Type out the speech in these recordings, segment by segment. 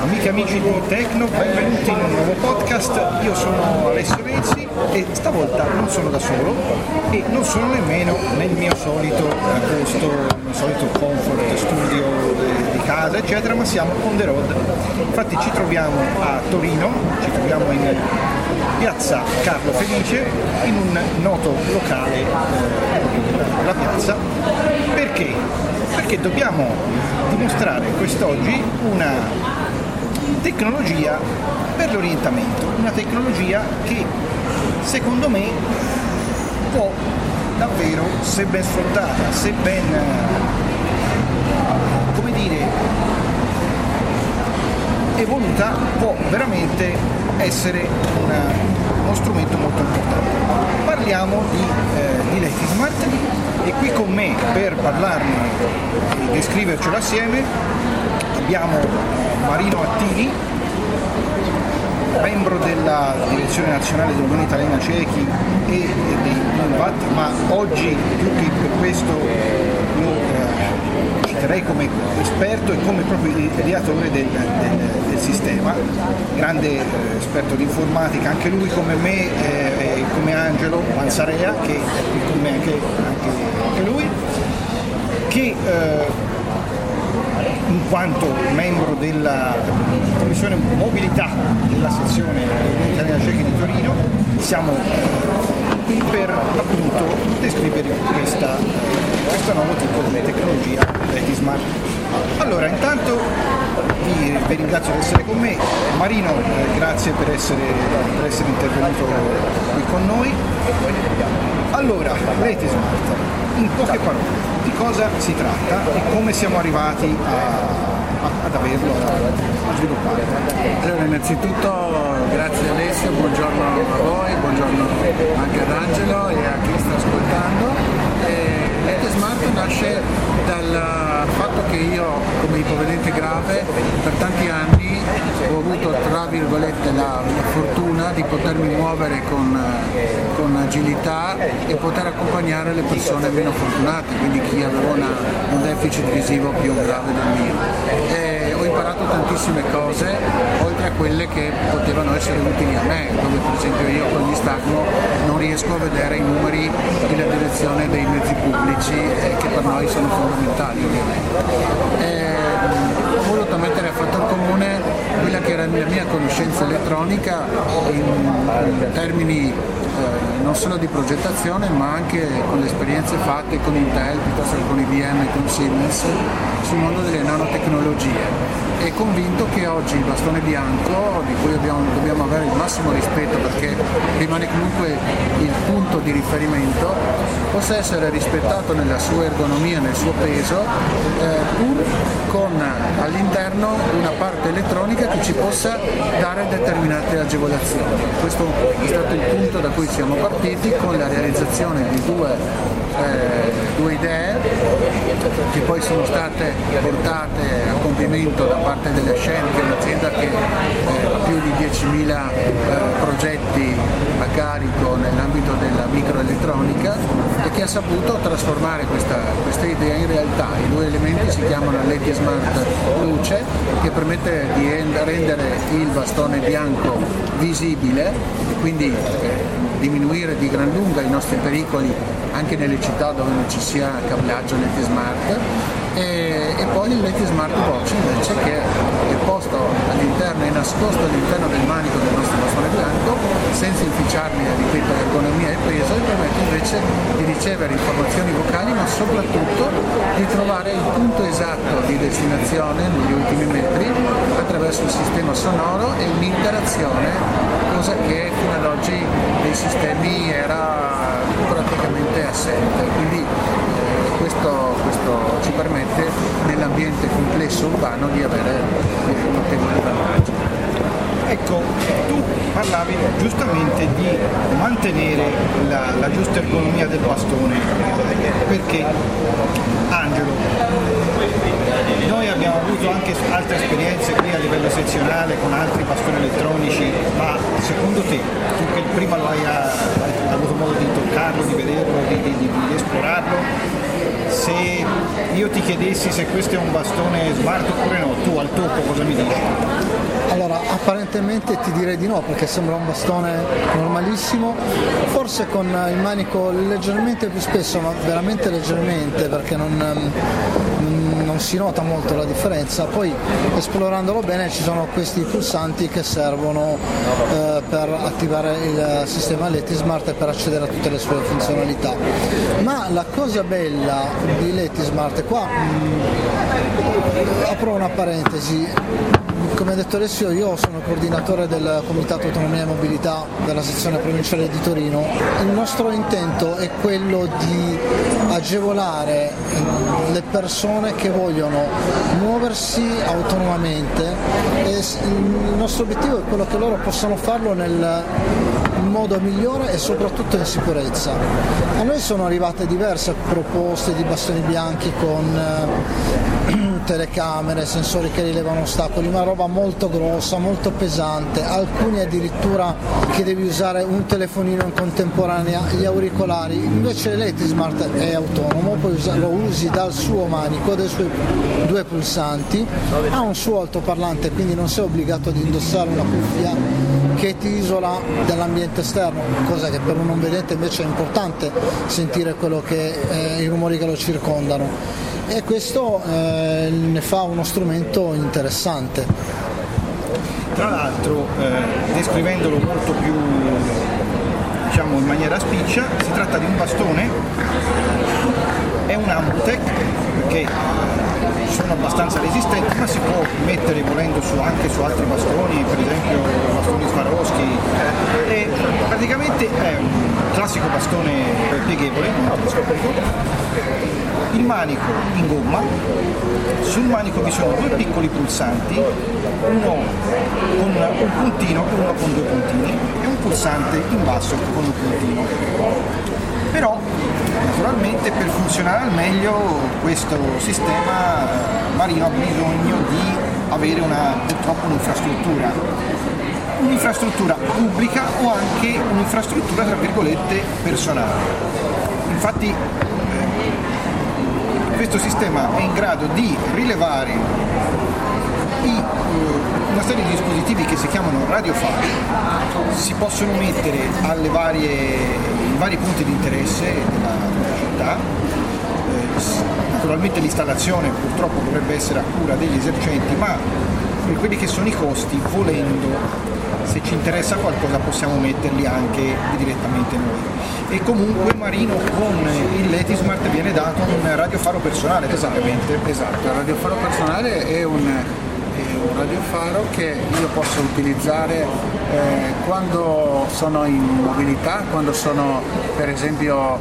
Amiche e amici di Tecno, benvenuti in un nuovo podcast. Io sono Alessio Renzi e stavolta non sono da solo e non sono nemmeno nel mio solito posto, il mio solito comfort studio di casa eccetera, ma siamo on the road. Infatti ci troviamo a Torino, ci troviamo in piazza Carlo Felice, in un noto locale della piazza. Perché? Perché dobbiamo dimostrare quest'oggi una tecnologia per l'orientamento, una tecnologia che secondo me può davvero, se ben sfruttata, se ben, come dire, evoluta, può veramente essere uno strumento molto importante. Parliamo di Letismart e qui con me per parlarne e descrivercelo assieme abbiamo Marino Attini, membro della Direzione Nazionale dell'Unione Italiana Ciechi e dei UNVAT, ma oggi più che per questo lo citerei come esperto e come proprio ideatore del sistema, grande esperto di informatica, anche lui come me, come Angelo Manzarea, che è qui con me anche lui, che in quanto membro della Commissione Mobilità della sezione dell'Unione Italiana Ciechi di Torino, siamo qui per appunto descrivere questo nuovo tipo di tecnologia Letismart. Allora, intanto vi ringrazio di essere con me. Marino, grazie per essere intervenuto qui con noi. Allora, Letismart, in poche parole, di cosa si tratta e come siamo arrivati ad averlo, a sviluppare? Allora, innanzitutto grazie Alessio, buongiorno a voi, buongiorno anche ad Angelo e a chi sta ascoltando. Letismart nasce dal fatto che io, come ipovedente grave, per tanti anni ho avuto, tra virgolette, la fortuna di potermi muovere con agilità e poter accompagnare le persone meno fortunate, quindi chi aveva un deficit visivo più grave del mio. Ho imparato tantissime cose, oltre a quelle che potevano essere utili a me, dove per esempio io con gli stagno non riesco a vedere i numeri in direzione dei mezzi pubblici che per noi sono fondamentali ovviamente. Ho voluto mettere a fattor comune quella che era la mia conoscenza elettronica in termini non solo di progettazione ma anche con le esperienze fatte con Intel piuttosto che con IBM e con Siemens sul mondo delle nanotecnologie. È convinto che oggi il bastone bianco, di cui dobbiamo avere il massimo rispetto perché rimane comunque il punto di riferimento, possa essere rispettato nella sua ergonomia, nel suo peso, pur con all'interno una parte elettronica che ci possa dare determinate agevolazioni. Questo è stato il punto da cui siamo partiti, con la realizzazione di due idee che poi sono state portate a compimento da parte della Shen, che è un'azienda che ha più di 10.000 progetti a carico nell'ambito della microelettronica e che ha saputo trasformare questa idea in realtà. I due elementi si chiamano Letismart Luce, che permette di rendere il bastone bianco visibile e quindi diminuire di gran lunga i nostri pericoli anche nelle città dove non ci sia cablaggio Letismart, e poi il Letismart Box invece, che è posto all'interno e nascosto all'interno del manico del nostro bastone bianco senza inficiarne, ripeto, ergonomia e peso, e permette invece di ricevere informazioni vocali ma soprattutto di trovare il punto esatto di destinazione negli ultimi metri attraverso il sistema sonoro e un'interazione, cosa che fino ad oggi dei sistemi era praticamente assente. Quindi questo ci permette nell'ambiente complesso urbano di avere notevoli vantaggi. Ecco, tu parlavi giustamente di mantenere la giusta ergonomia del bastone, perché Angelo, noi abbiamo avuto anche altre esperienze qui a livello sezionale con altri bastoni elettronici, ma secondo te, tu che prima hai avuto modo di toccarlo, di vederlo, di esplorarlo, se io ti chiedessi se questo è un bastone smart oppure no, tu al tocco cosa mi dici? Apparentemente ti direi di no, perché sembra un bastone normalissimo, forse con il manico leggermente più spesso, ma veramente leggermente, perché non si nota molto la differenza. Poi esplorandolo bene ci sono questi pulsanti che servono per attivare il sistema Letismart e per accedere a tutte le sue funzionalità. Ma la cosa bella di Letismart, qua apro una parentesi, come ha detto Alessio, io sono coordinatore del Comitato Autonomia e Mobilità della sezione provinciale di Torino. Il nostro intento è quello di agevolare le persone che vogliono muoversi autonomamente e il nostro obiettivo è quello che loro possano farlo nel modo migliore e soprattutto in sicurezza. A noi sono arrivate diverse proposte di bastoni bianchi con telecamere, sensori che rilevano ostacoli, ma roba molto grossa, molto pesante, alcuni addirittura che devi usare un telefonino in contemporanea, gli auricolari. Invece Letismart è autonomo, lo usi dal suo manico, dai suoi 2 pulsanti, ha un suo altoparlante, quindi non sei obbligato ad indossare una cuffia che ti isola dall'ambiente esterno, cosa che per un non vedente invece è importante sentire quello che i rumori che lo circondano. E questo ne fa uno strumento interessante. Tra l'altro, descrivendolo molto più, diciamo, in maniera spiccia, si tratta di un bastone, è un Amutec, perché sono abbastanza resistenti, ma si può mettere volendo anche su altri bastoni, per esempio bastoni Swarovski, e praticamente è un classico bastone pieghevole, il manico in gomma, sul manico vi sono 2 piccoli pulsanti, uno con un puntino e uno con 2 puntini e un pulsante in basso con un puntino. Però naturalmente per funzionare al meglio questo sistema Marino ha bisogno di avere purtroppo un'infrastruttura pubblica o anche un'infrastruttura tra virgolette personale. Infatti questo sistema è in grado di rilevare una serie di dispositivi che si chiamano radiofari, si possono mettere ai vari punti di interesse della città. Naturalmente l'installazione purtroppo dovrebbe essere a cura degli esercenti, ma per quelli che sono i costi, volendo, se ci interessa qualcosa possiamo metterli anche direttamente noi. E comunque Marino con il Letismart viene dato un radiofaro personale. Esatto, il radiofaro personale è un radiofaro che io posso utilizzare quando sono in mobilità, quando sono per esempio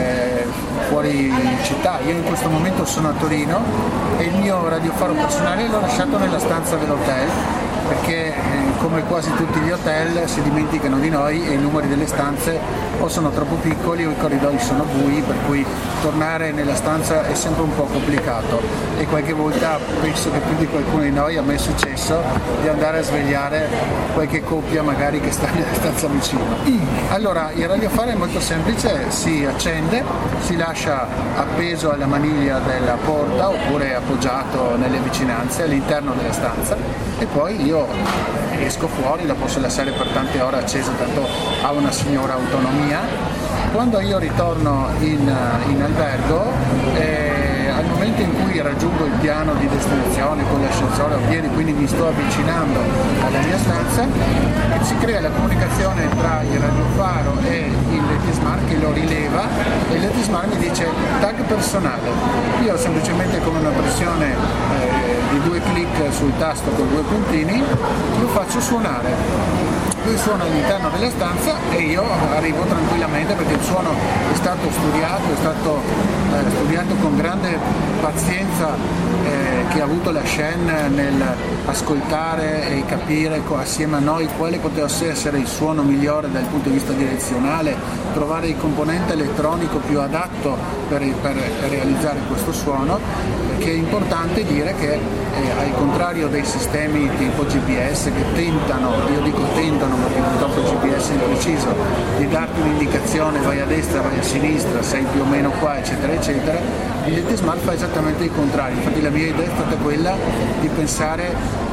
fuori città. Io in questo momento sono a Torino e il mio radiofaro personale l'ho lasciato nella stanza dell'hotel, perché come quasi tutti gli hotel si dimenticano di noi e i numeri delle stanze o sono troppo piccoli o i corridoi sono bui, per cui tornare nella stanza è sempre un po' complicato e qualche volta penso che più di qualcuno di noi a me è successo di andare a svegliare qualche coppia magari che sta nella stanza vicino. Allora il radiofaro è molto semplice, si accende, si lascia appeso alla maniglia della porta oppure appoggiato nelle vicinanze all'interno della stanza e poi io esco fuori, la posso lasciare per tante ore acceso, tanto ha una signora autonomia. Quando io ritorno in albergo, al momento in cui raggiungo il piano di destinazione con l'ascensore a piedi, quindi mi sto avvicinando alla mia stanza, si crea la comunicazione tra il radiofaro e il Letismart che lo rileva e il Letismart mi dice tag personale. Io semplicemente con una pressione di 2 clic sul tasto con 2 puntini lo faccio suonare. Lui suona all'interno della stanza e io arrivo tranquillamente perché il suono è stato studiato, studiato con grande pazienza che ha avuto la Shen nel ascoltare e capire assieme a noi quale potesse essere il suono migliore dal punto di vista direzionale, trovare il componente elettronico più adatto per realizzare questo suono, perché è importante dire che al contrario dei sistemi tipo GPS che tentano, io dico tentano perché purtroppo il GPS è impreciso, di darti un'indicazione vai a destra, vai a sinistra, sei più o meno qua eccetera eccetera, il Letismart fa esattamente il contrario. Infatti la mia idea è stata quella di pensare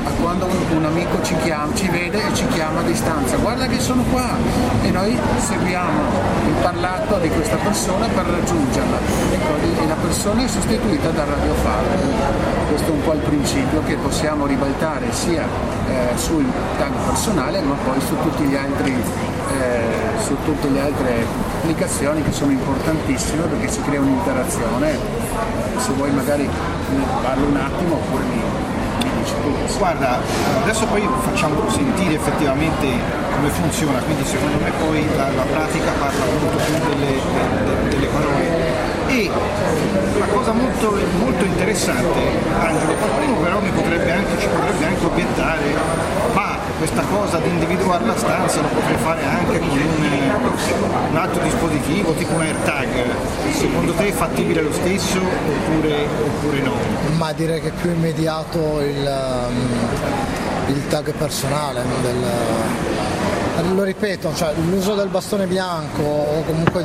a quando un amico ci vede e ci chiama a distanza, guarda che sono qua, e noi seguiamo il parlato di questa persona per raggiungerla, e la persona è sostituita dal radiofaro. Questo è un po' il principio che possiamo ribaltare sia sul tag personale ma poi su tutti gli altri su tutte le altre applicazioni che sono importantissime, perché si crea un'interazione. Se vuoi magari ne parlo un attimo oppure mi dici tu. Guarda, adesso poi facciamo sentire effettivamente come funziona, quindi secondo me poi la pratica parla molto più delle parole. E una cosa molto, molto interessante, Angelo, qualcuno però ci potrebbe anche obiettare, ma questa cosa di individuare la stanza lo potrei fare anche con un altro dispositivo tipo un AirTag. Secondo te è fattibile lo stesso oppure no? Ma direi che è più immediato il tag personale lo ripeto, cioè l'uso del bastone bianco o comunque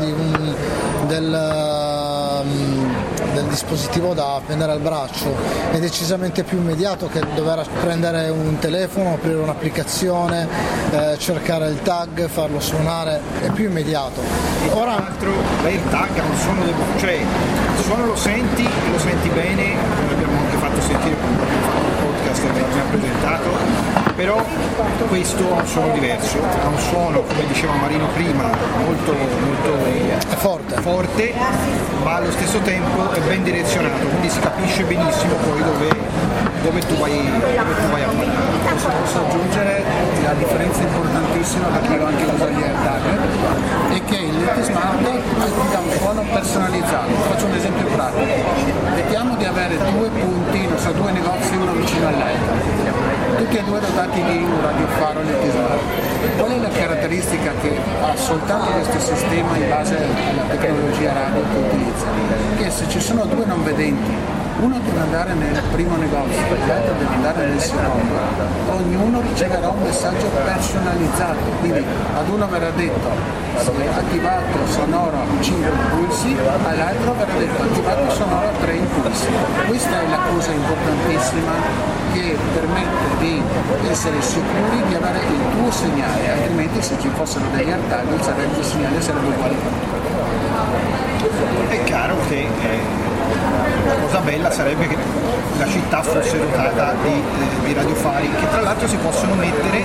del dispositivo da appendere al braccio è decisamente più immediato che dover prendere un telefono, aprire un'applicazione, cercare il tag, farlo suonare, è più immediato. Ora, tra l'altro l'AirTag ha un suono cioè il suono lo senti bene, come abbiamo anche fatto sentire quando abbiamo fatto il podcast che abbiamo presentato, però questo ha un suono diverso, ha un suono, come diceva Marino prima, molto forte, ma allo stesso tempo è ben direzionato, quindi si capisce benissimo poi dove tu vai a parlare. Posso aggiungere la differenza importantissima, perché io anche uso gli AirTag, è che il Leti Smart ti dà un suono personalizzato. Faccio un esempio pratico: mettiamo di avere due punti, non so, due negozi uno vicino all'altro, tutti e due dotati di un radiofaro Leti Smart. Qual è la caratteristica che ha soltanto questo sistema in base alla tecnologia radio che utilizza? Che se ci sono due non vedenti, uno deve andare nel primo negozio e l'altro deve andare nel secondo, ognuno riceverà un messaggio personalizzato, quindi ad uno verrà detto si è attivato sonoro 5 impulsi, all'altro verrà detto attivato sonoro 3 impulsi. Questa è la cosa importantissima che permette di essere sicuri di avere il tuo segnale, altrimenti se ci fossero degli AirTag il segnale sarebbe uguale per tutti. È chiaro che la cosa bella sarebbe che la città fosse dotata di radiofari che tra l'altro si possono mettere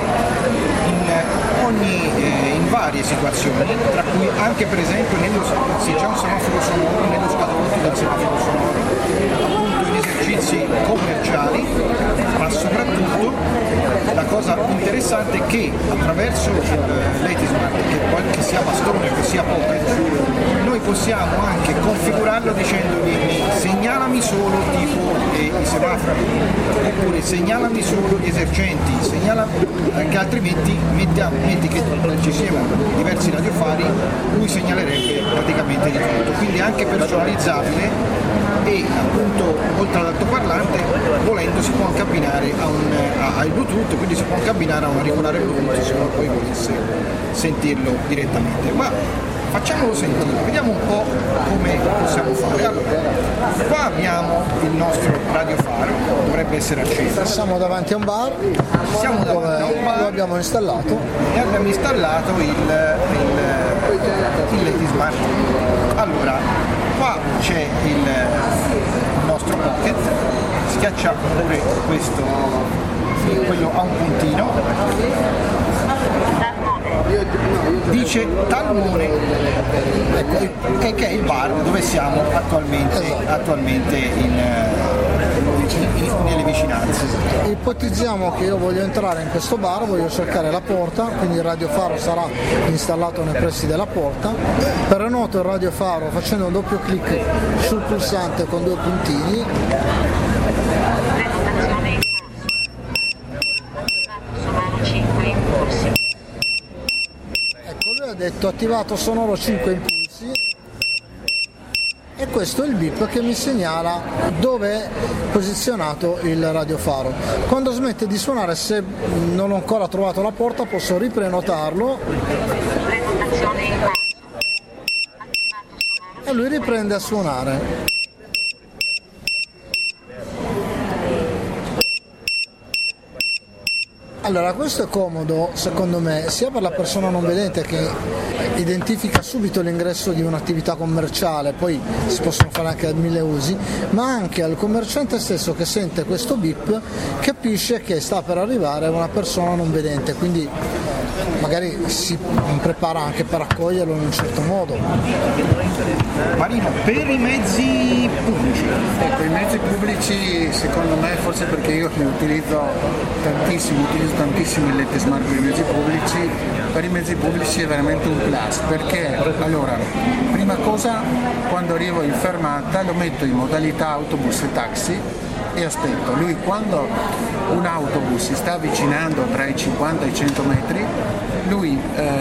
in varie situazioni, tra cui anche per esempio se c'è un semaforo sonoro, nello scadotto del semaforo sonoro, appunto in esercizi commerciali, ma soprattutto la cosa interessante è che attraverso Leti Smart, che sia bastone o che sia pocket, noi possiamo anche configurarlo dicendogli segnalami solo tipo i semafori, oppure segnalami solo gli esercenti, perché altrimenti metti che ci siano diversi radiofari, lui segnalerebbe praticamente di tutto, quindi anche personalizzabile. E appunto oltre all'altoparlante, volendo si può anche abbinare al Bluetooth, quindi si può anche abbinare a un auricolare Bluetooth se uno poi volesse sentirlo direttamente. Ma facciamolo sentire, vediamo un po' come possiamo fare. Allora, qua abbiamo il nostro radiofaro, dovrebbe essere acceso. Siamo davanti a un bar, lo abbiamo installato e abbiamo installato il Leti Smart. Allora, qua c'è il nostro pocket, schiaccia pure questo, quello ha un puntino, dice Talmone, ecco, che è il bar dove siamo attualmente nelle vicinanze. Ipotizziamo che io voglio entrare in questo bar, voglio cercare la porta, quindi il radiofaro sarà installato nei pressi della porta. Prenoto il radiofaro facendo un doppio clic sul pulsante con due puntini. Ecco, lui ha detto attivato sonoro 5 impulsi. E questo è il bip che mi segnala dove è posizionato il radiofaro. Quando smette di suonare, se non ho ancora trovato la porta, posso riprenotarlo e lui riprende a suonare. Allora, questo è comodo secondo me sia per la persona non vedente che identifica subito l'ingresso di un'attività commerciale, poi si possono fare anche 1000 usi, ma anche al commerciante stesso che sente questo bip capisce che sta per arrivare una persona non vedente, quindi magari si prepara anche per accoglierlo in un certo modo. Marino, per i mezzi pubblici? Ecco, i mezzi pubblici secondo me, forse perché io li utilizzo tantissimo il Leti Smart per i mezzi pubblici, per i mezzi pubblici è veramente un plus, perché allora, prima cosa, quando arrivo in fermata lo metto in modalità autobus e taxi e aspetto. Lui quando un autobus si sta avvicinando tra i 50 e i 100 metri, lui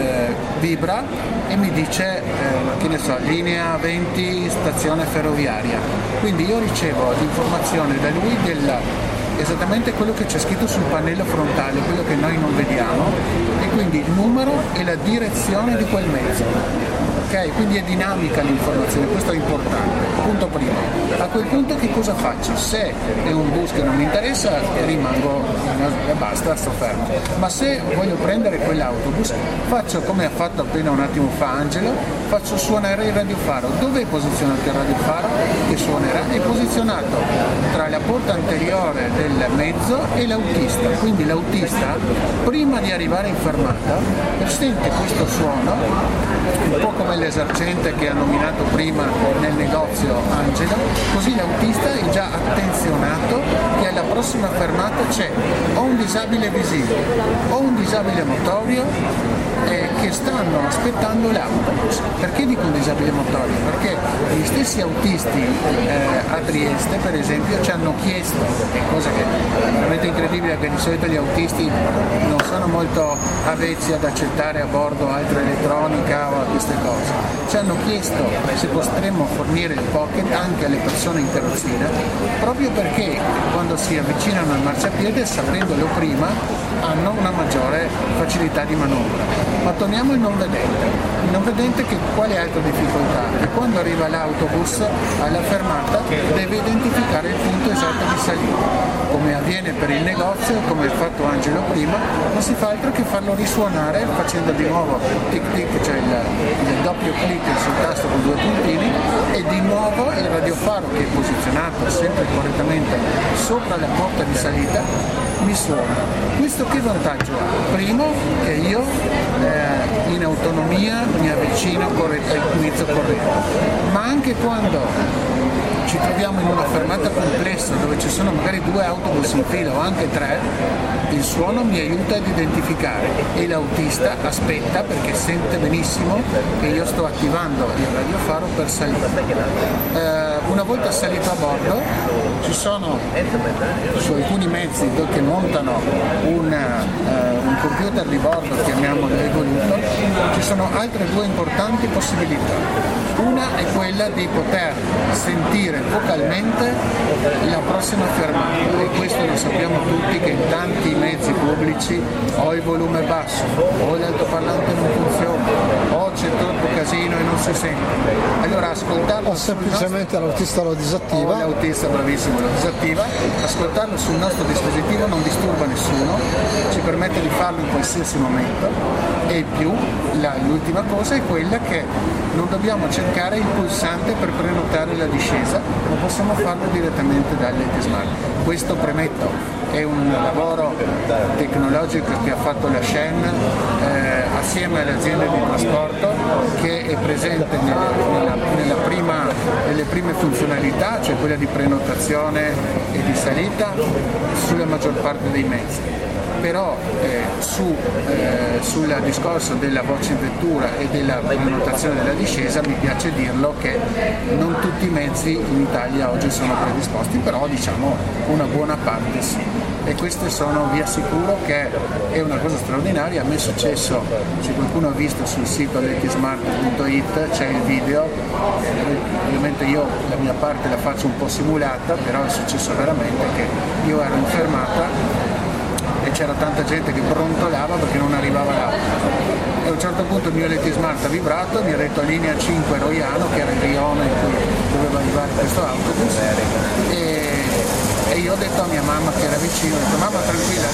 vibra e mi dice, che ne so, linea 20 stazione ferroviaria. Quindi io ricevo l'informazione da lui esattamente quello che c'è scritto sul pannello frontale, quello che noi non vediamo, e quindi il numero e la direzione di quel mezzo. Ok, quindi è dinamica l'informazione, questo è importante. Punto primo. A quel punto che cosa faccio? Se è un bus che non mi interessa, rimango e basta, sto fermo. Ma se voglio prendere quell'autobus, faccio come ha fatto appena un attimo fa Angelo, faccio suonare il radiofaro. Dove è posizionato il radiofaro? Che suonerà? È posizionato tra la porta anteriore del mezzo e l'autista. Quindi l'autista, prima di arrivare in fermata, sente questo suono, un po' come l'esercente che ha nominato prima nel negozio Angelo, così l'autista è già attenzionato che alla prossima fermata c'è o un disabile visivo o un disabile motorio che stanno aspettando l'autobus. Perché dico un disabile motorio? Perché gli stessi autisti a Trieste per esempio ci hanno chiesto, è cosa che è veramente incredibile, che di solito gli autisti non sono molto avvezzi ad accettare a bordo altra elettronica o a queste cose, ci hanno chiesto se potremmo fornire il pocket anche alle persone in carrozzina, proprio perché quando si avvicinano al marciapiede, sapendolo prima, hanno una maggiore facilità di manovra. Ma torniamo al non vedente. Il non vedente che quale altra difficoltà? Che quando arriva l'autobus alla fermata deve identificare il punto esatto di salita. Come avviene per il negozio, come ha fatto Angelo prima, non si fa altro che farlo risuonare facendo di nuovo tic tic, cioè il doppio clic sul tasto con 2 puntini, e di nuovo il radiofaro che è posizionato sempre correttamente sopra la porta di salita mi suona. Questo che vantaggio ha? Primo, che io in autonomia mi avvicino inizio corretto, ma anche quando ci troviamo in una fermata complessa dove ci sono magari 2 autobus in fila o anche 3, il suono mi aiuta ad identificare e l'autista aspetta perché sente benissimo che io sto attivando il radiofaro per salire. Una volta salito a bordo ci sono su alcuni mezzi che montano un computer di bordo, chiamiamolo evoluto, ci sono altre 2 importanti possibilità. Una è quella di poter sentire vocalmente la prossima fermata, e questo lo sappiamo tutti che in tanti mezzi pubblici o il volume è basso, o l'altoparlante non funziona, o c'è troppo casino e non si sente. Allora ascoltarlo, o semplicemente l'autista lo disattiva, o l'autista bravissimo lo disattiva, ascoltarlo sul nostro dispositivo non disturba nessuno, ci permette di farlo in qualsiasi momento, e in più l'ultima cosa è quella che non dobbiamo cercare il pulsante per prenotare la discesa, ma possiamo farlo direttamente dal Leti Smart. Questo, premetto, è un lavoro tecnologico che ha fatto la Shen assieme alle aziende di trasporto, che è presente nelle prime funzionalità, cioè quella di prenotazione e di salita, sulla maggior parte dei mezzi. Però sul discorso della voce in vettura e della prenotazione della discesa mi piace dirlo che non tutti i mezzi in Italia oggi sono predisposti, però diciamo una buona parte sì. E queste sono, vi assicuro che è una cosa straordinaria. A me è successo, se qualcuno ha visto sul sito letismart.it c'è il video, ovviamente io la mia parte la faccio un po' simulata, però è successo veramente che io ero in fermata e c'era tanta gente che brontolava perché non arrivava l'auto, e a un certo punto il mio Leti Smart ha vibrato, mi ha detto linea 5 Roiano, che era il rione in cui doveva arrivare questo autobus, e E io ho detto a mia mamma che era vicino, ho detto mamma tranquilla,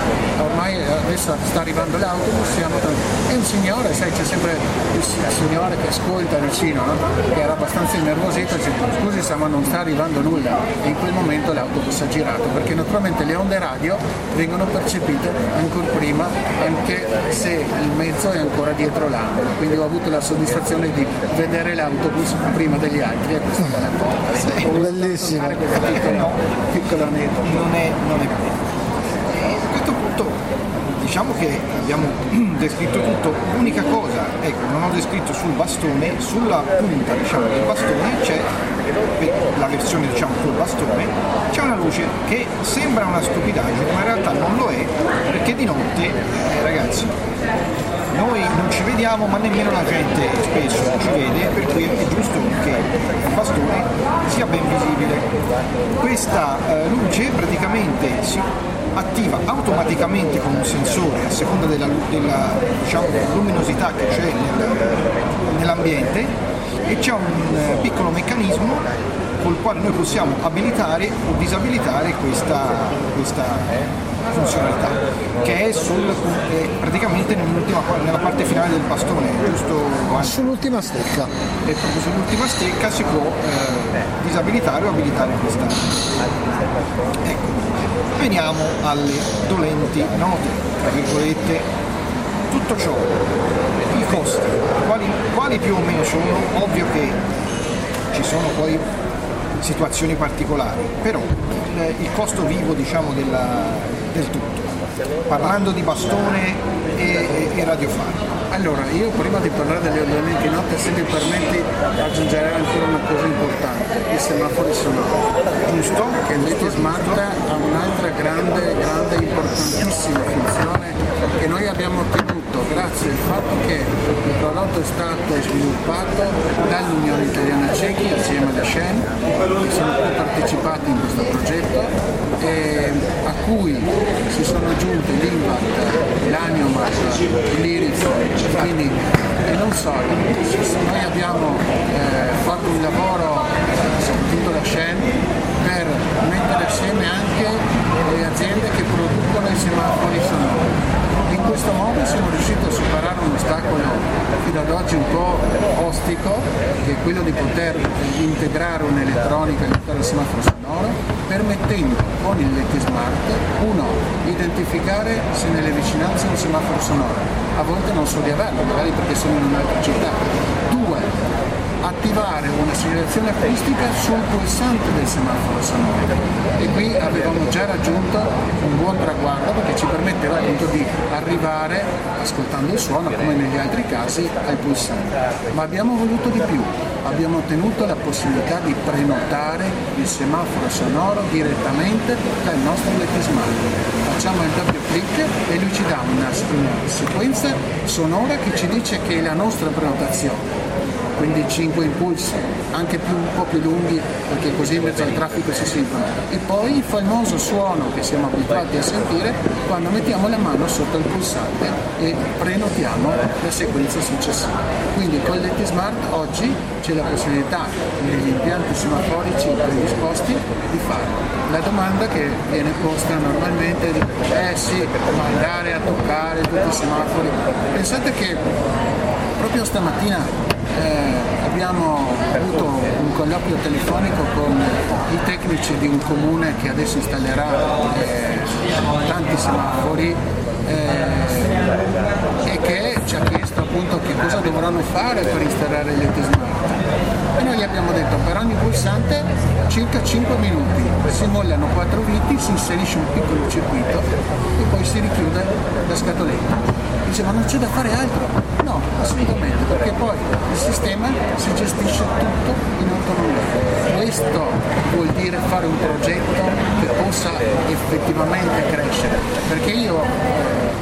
adesso sta arrivando l'autobus, siamo tranquilli. E un signore, sai, c'è sempre il signore che ascolta vicino, no? Che era abbastanza innervosito, dice scusi ma non sta arrivando nulla, e in quel momento l'autobus ha girato, perché naturalmente le onde radio vengono percepite ancora prima, anche se il mezzo è ancora dietro l'angolo, quindi ho avuto la soddisfazione di vedere l'autobus prima degli altri, e questo è bellissimo. Piccolo aneddoto. Non è vero. A questo punto diciamo che abbiamo descritto tutto. L'unica cosa, ecco, non ho descritto sul bastone, sulla punta diciamo del bastone c'è la versione diciamo sul bastone, c'è una luce che sembra una stupidaggine ma in realtà non lo è, perché di notte ragazzi noi non ci vediamo ma nemmeno la gente spesso ci vede, per cui è giusto che il bastone sia ben visibile. Questa luce praticamente si attiva automaticamente con un sensore a seconda della diciamo, luminosità che c'è nell'ambiente, e c'è un piccolo meccanismo col quale noi possiamo abilitare o disabilitare questa funzionalità, che è praticamente nella parte finale del bastone, giusto? Sull'ultima stecca. E proprio sull'ultima stecca si può disabilitare o abilitare questa. Ecco. Veniamo alle dolenti note, tra virgolette, tutto ciò, i costi, quali più o meno sono, ovvio che ci sono poi situazioni particolari, però il costo vivo diciamo del tutto, parlando di bastone e radiofaro. Allora, io prima di parlare delle dolenti note, se mi permetti, aggiungerei ancora una cosa importante, i semafori sonori. Giusto? Che l'ET Smart ha un'altra grande, importantissima funzione che noi abbiamo ottenuto grazie al fatto che il prodotto è stato sviluppato dall'Unione Italiana Cechi assieme alla Shen, che sono partecipati in questo progetto, e a cui si sono aggiunti l'Invat, l'Aniomat, l'Irifon, quindi e non solo. Noi abbiamo fatto un lavoro sentito la Shen per mettere assieme anche le aziende che producono i semafori sonori. In questo modo siamo riusciti a superare un ostacolo fino ad oggi un po' ostico, che è quello di poter integrare un'elettronica all'interno del semaforo sonoro, permettendo con il LET Smart, uno, identificare se nelle vicinanze c'è un semaforo sonoro, a volte non so di averlo, magari perché sono in un'altra città. Due, attivare una segnalazione acustica sul pulsante del semaforo sonoro, e qui avevamo già raggiunto un buon traguardo, perché ci permetteva appunto di arrivare, ascoltando il suono come negli altri casi, al pulsante. Ma abbiamo voluto di più, abbiamo ottenuto la possibilità di prenotare il semaforo sonoro direttamente dal nostro LET Smart. Facciamo il doppio clic e lui ci dà una sequenza sonora che ci dice che è la nostra prenotazione, quindi 5 impulsi, anche un po' più lunghi, perché così in mezzo al traffico si sentono. E poi il famoso suono che siamo abituati a sentire quando mettiamo la mano sotto il pulsante e prenotiamo la sequenza successiva. Quindi con l'ET Smart oggi c'è la possibilità negli impianti semaforici predisposti di farlo. La domanda che viene posta normalmente è sì, ma andare a toccare tutti i semafori. Pensate che proprio stamattina abbiamo avuto un colloquio telefonico con i tecnici di un comune che adesso installerà tanti semafori e che ci ha chiesto appunto che cosa dovranno fare per installare l'ET Smart. E noi gli abbiamo detto per ogni pulsante circa 5 minuti, si mollano 4 viti, si inserisce un piccolo circuito e poi si richiude la scatoletta. Dice ma non c'è da fare altro? No, assolutamente, perché poi il sistema si gestisce tutto in autonomia. Questo vuol dire fare un progetto che possa effettivamente crescere, perché io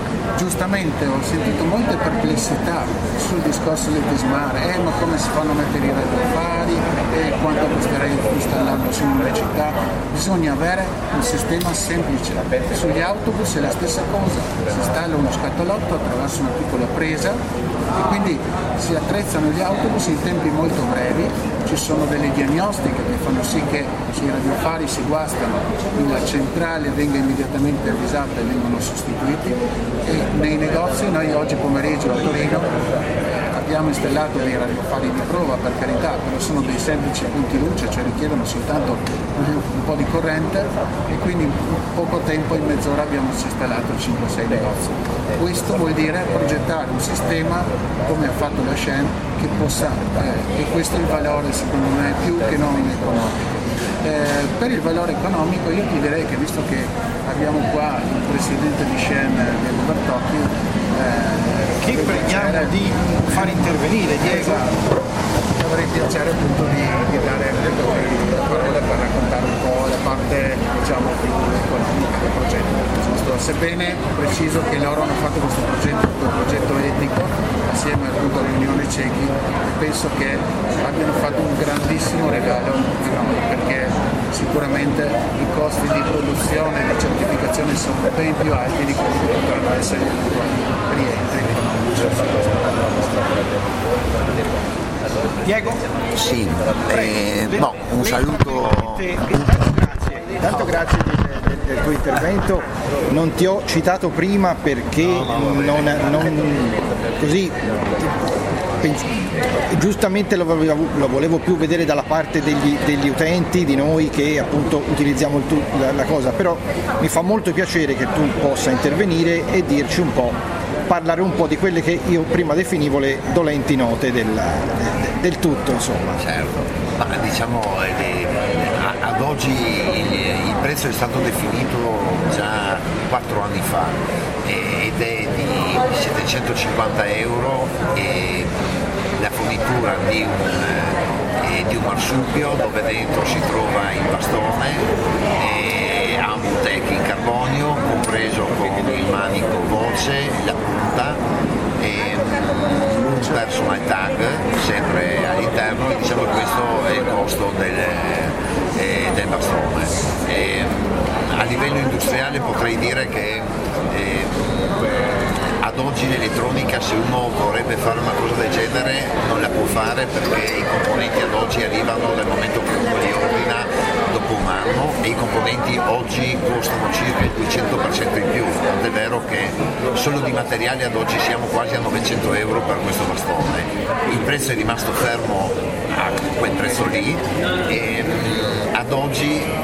giustamente ho sentito molte perplessità sul discorso del Smart, ma come si fanno a mettere i radiofari, quanto costerebbe installarlo su una città. Bisogna avere un sistema semplice. Sugli autobus è la stessa cosa, si installa uno scatolotto attraverso una piccola presa e quindi si attrezzano gli autobus in tempi molto brevi, ci sono delle diagnostiche che fanno sì che se i radiofari si guastano la centrale venga immediatamente avvisata e vengono sostituiti, e nei negozi noi oggi pomeriggio a Torino abbiamo installato dei radiofari di prova, per carità, però sono dei semplici punti luce, cioè richiedono soltanto un po' di corrente, e quindi in poco tempo, in mezz'ora, abbiamo installato 5-6 negozi. Questo vuol dire progettare un sistema come ha fatto la Shen che possa, e questo è il valore secondo me più che non economico. Per il valore economico io ti direi che, visto che abbiamo qua il presidente di Shen, Diego Bertocchi, che preghiamo di far intervenire, Diego. Avrei piacere appunto di dare le parole per raccontare un po' la parte, diciamo, più economica del progetto. Sebbene preciso che loro hanno fatto questo progetto etico assieme appunto all'Unione Cechi, penso che abbiano fatto un grandissimo regalo a noi, perché sicuramente i costi di produzione e di certificazione sono ben più alti di quelli che potranno essere gli eventuali rientri economici. Diego? Sì, un saluto. Tanto grazie del tuo intervento. Non ti ho citato prima perché così giustamente lo volevo più vedere dalla parte degli utenti, di noi che appunto utilizziamo la cosa, però mi fa molto piacere che tu possa intervenire e dirci un po', parlare un po' di quelle che io prima definivo le dolenti note del tutto, insomma. Certo, ma diciamo ad oggi il prezzo è stato definito già 4 anni fa ed è di 750 euro e la fornitura di un marsupio dove dentro si trova il bastone e ha un bootleg in carbonio compreso con il manico voce, la punta e un personal tag sempre all'interno, e diciamo che questo è il costo del bastone. A livello industriale potrei dire che ad oggi l'elettronica, se uno vorrebbe fare una cosa del genere, non la può fare perché i componenti ad oggi arrivano dal momento che uno li ordina dopo un anno, e i componenti oggi costano circa il 200% in più, tant'è vero che solo di materiali ad oggi siamo quasi a 900 euro per questo bastone. Il prezzo è rimasto fermo a quel prezzo lì e ad oggi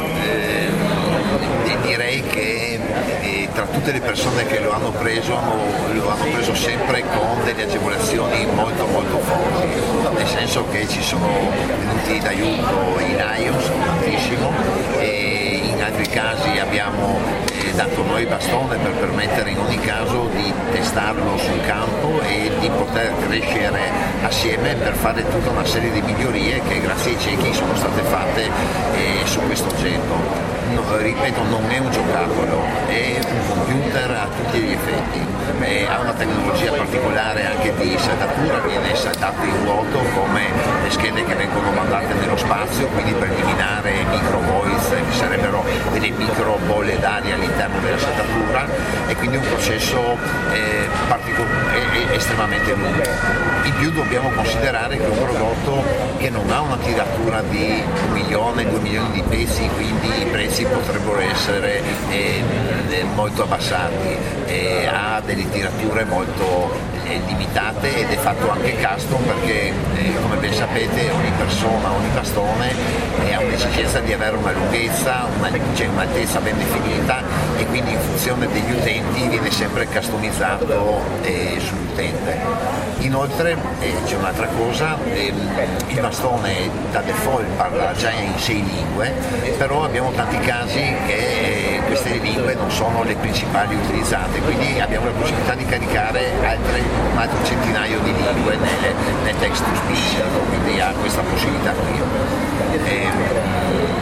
direi che tra tutte le persone che lo hanno preso sempre con delle agevolazioni molto molto forti, nel senso che ci sono venuti d'aiuto i Lions tantissimo, e in altri casi abbiamo dato noi il bastone per permettere in ogni caso di testarlo sul campo e di poter crescere assieme per fare tutta una serie di migliorie che grazie ai cechi sono state fatte su questo oggetto. No, ripeto, non è un giocattolo, è un computer a tutti gli effetti, ha una tecnologia particolare anche di saldatura, viene saldato in vuoto come le schede che vengono mandate nello spazio, quindi per eliminare microvoids, che sarebbero delle micro bolle d'aria all'interno della saldatura, e quindi un processo estremamente lungo. In più dobbiamo considerare che è un prodotto che non ha una tiratura di 1 milione, 2 milioni di pezzi, quindi i prezzi potrebbero essere molto abbassati, ha delle tirature molto limitate ed è fatto anche custom perché come ben sapete ogni persona, ogni bastone ha un'esigenza di avere una lunghezza, un'altezza ben definita, e quindi in funzione degli utenti viene sempre customizzato sull'utente. Inoltre c'è un'altra cosa, il bastone da default parla già in 6 lingue, però abbiamo tanti casi che queste lingue non sono le principali utilizzate, quindi abbiamo la possibilità di caricare un altro centinaio di lingue nel text to speech, quindi ha questa possibilità qui.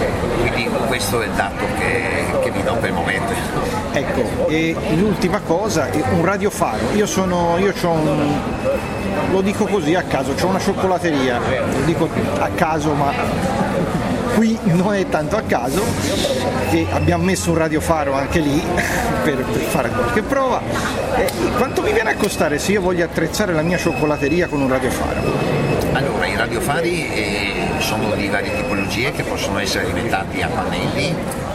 Quindi questo è il dato che vi do per il momento. Ecco, e l'ultima cosa, un radiofaro. Io c'ho lo dico così a caso, c'ho una cioccolateria, lo dico a caso ma qui non è tanto a caso, che abbiamo messo un radiofaro anche lì per fare qualche prova. Quanto mi viene a costare se io voglio attrezzare la mia cioccolateria con un radiofaro? Allora, i radiofari sono di varie tipologie che possono essere alimentati a pannelli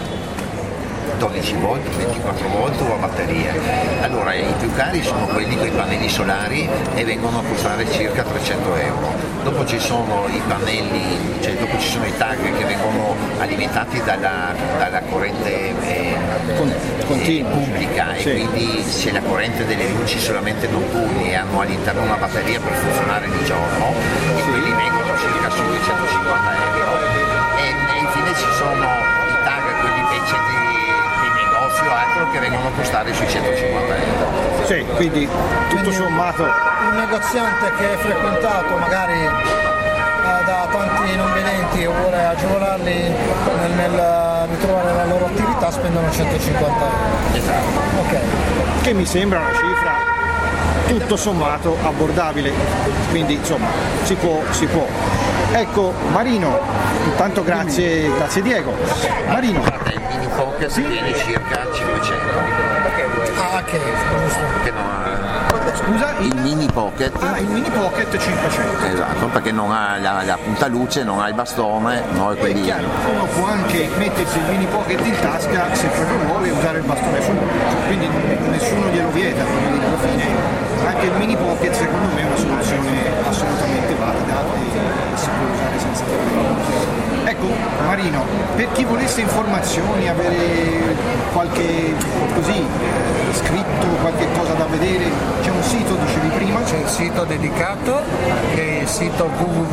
12 volt, 24 volt o a batteria. Allora, i più cari sono quelli con i pannelli solari e vengono a costare circa 300 euro. Dopo ci sono i pannelli, dopo ci sono i tag che vengono alimentati dalla corrente pubblica e quindi c'è la corrente delle luci solamente notturne e hanno all'interno una batteria per funzionare di giorno e quelli vengono circa su 250 euro. E infine ci sono i tag, quelli dei centri altro che vengono a costare sui 150 euro. Sì, quindi tutto sommato un negoziante che è frequentato magari da tanti non vedenti e vuole agevolarli nel ritrovare la loro attività spendono 150 euro. Esatto. Ok. Che mi sembra una cifra tutto sommato abbordabile, quindi insomma si può. Ecco Marino, intanto grazie Diego. Marino. Il mini pocket viene circa 500. Ah, ok, giusto. Scusa? Il mini pocket. Il mini pocket 500. Esatto, perché non ha la puntaluce, non ha il bastone, no? Quindi... Chiaro, uno può anche mettersi il mini pocket in tasca se proprio vuole usare il bastone sul braccio, quindi nessuno glielo vieta, quindi alla fine anche il mini pocket secondo me è una soluzione assolutamente valida e si può usare senza problemi. Ecco Marino, per chi volesse informazioni, avere qualche scritto, qualche cosa da vedere, c'è un sito, dicevi prima? C'è il sito dedicato che è il sito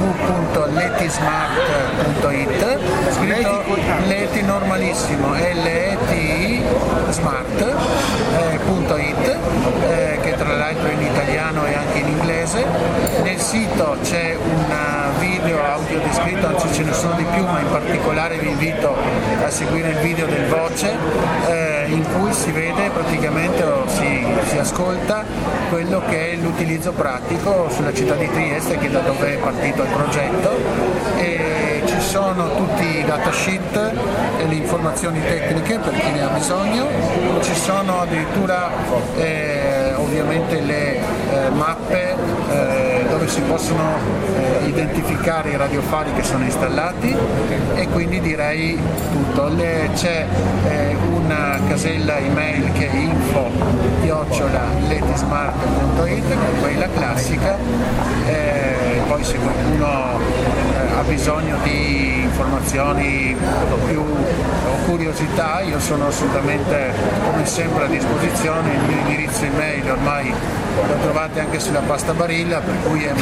www.letismart.it, scritto Leti normalissimo, Leti smart.it, che tra l'altro è in italiano e anche in inglese. Nel sito c'è un video audio descritto, anzi ce ne sono di più, ma in particolare vi invito a seguire il video del Voce, in cui si vede praticamente o si ascolta quello che è l'utilizzo pratico sulla città di Trieste, che è da dove è partito il progetto, e ci sono tutti i datasheet e le informazioni tecniche per chi ne ha bisogno, ci sono addirittura ovviamente le mappe dove si possono identificare i radiofari che sono installati, e quindi direi tutto. C'è una casella email che è info@letismart.it, che è quella classica, poi se qualcuno ha bisogno di informazioni più o curiosità, io sono assolutamente come sempre a disposizione. Il mio indirizzo email ormai lo trovate anche sulla pasta barilla, per cui è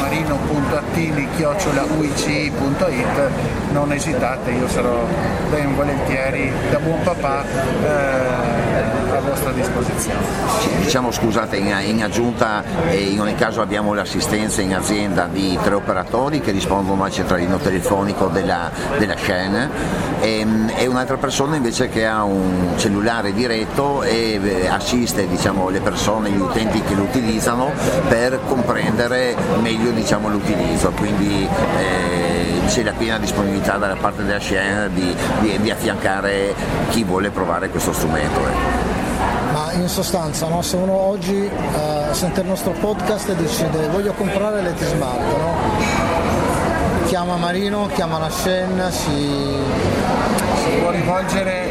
marino.attili@uici.it, non esitate, io sarò ben volentieri da buon papà a vostra disposizione. Diciamo, scusate, in aggiunta, in ogni caso abbiamo l'assistenza in azienda di 3 operatori che rispondono al centralino telefonico della Shen, e un'altra persona invece che ha un cellulare diretto e assiste le persone, gli utenti che lo utilizzano, per comprendere meglio l'utilizzo, quindi c'è la piena disponibilità dalla parte della Shen di affiancare chi vuole provare questo strumento. Ma in sostanza, no? Se uno oggi sente il nostro podcast e decide voglio comprare Letismart, no? Chiama Marino, chiama la Shen, si può rivolgere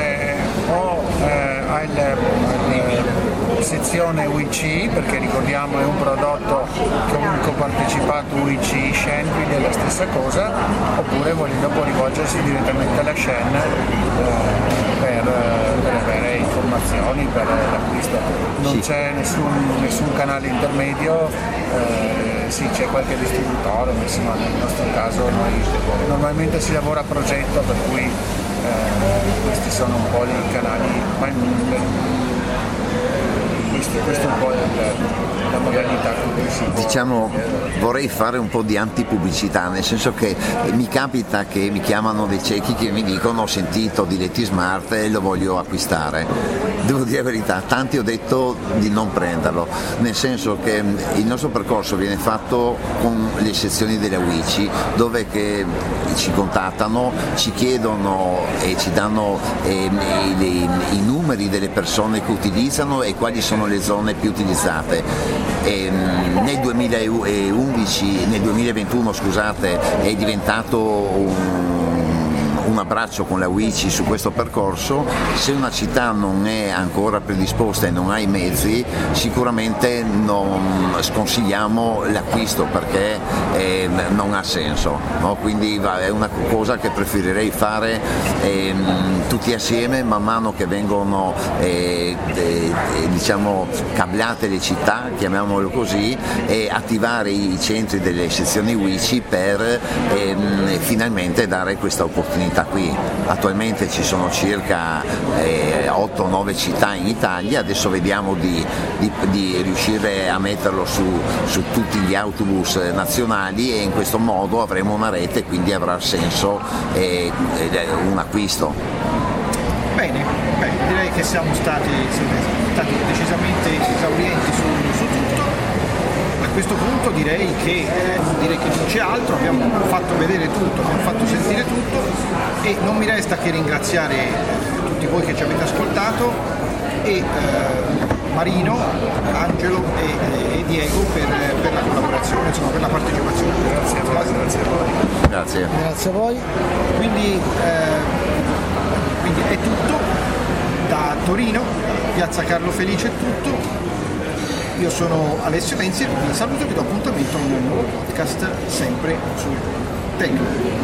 alla sezione UIC, perché ricordiamo è un prodotto comunque partecipato UIC Shen, quindi è la stessa cosa, oppure volendo può rivolgersi direttamente alla Shen per avere informazioni per l'acquisto. Non c'è nessun canale intermedio, sì, c'è qualche distributore, ma insomma nel nostro caso noi normalmente si lavora a progetto, per cui questi sono un po' i canali, ma questo po' la modalità con cui si può. Diciamo, vorrei fare un po' di antipubblicità, nel senso che mi capita che mi chiamano dei ciechi che mi dicono: ho sentito di Letysmart e lo voglio acquistare. Devo dire la verità, tanti ho detto di non prenderlo, nel senso che il nostro percorso viene fatto con le sezioni della UICI, dove che ci contattano, ci chiedono e ci danno i numeri delle persone che utilizzano e quali sono le zone più utilizzate. Nel 2021 è diventato un abbraccio con la UICI su questo percorso. Se una città non è ancora predisposta e non ha i mezzi, sicuramente non sconsigliamo l'acquisto, perché non ha senso, no? Quindi è una cosa che preferirei fare tutti assieme, man mano che vengono diciamo cablate le città, chiamiamolo così, e attivare i centri delle sezioni UICI per finalmente dare questa opportunità qui. Attualmente ci sono circa 8-9 città in Italia, adesso vediamo di riuscire a metterlo su tutti gli autobus nazionali, e in questo modo avremo una rete, quindi avrà senso un acquisto. Bene, direi che siamo stati decisamente esaurienti su tutto. A questo punto direi che non c'è altro, abbiamo fatto vedere tutto, abbiamo fatto sentire tutto, e non mi resta che ringraziare tutti voi che ci avete ascoltato, e Marino, Angelo e Diego per la collaborazione, insomma, per la partecipazione. Grazie a voi. Grazie. Grazie a voi. Quindi è tutto da Torino, Piazza Carlo Felice è tutto. Io sono Alessio Menzi, vi saluto e vi do appuntamento a un nuovo podcast sempre su Tecno.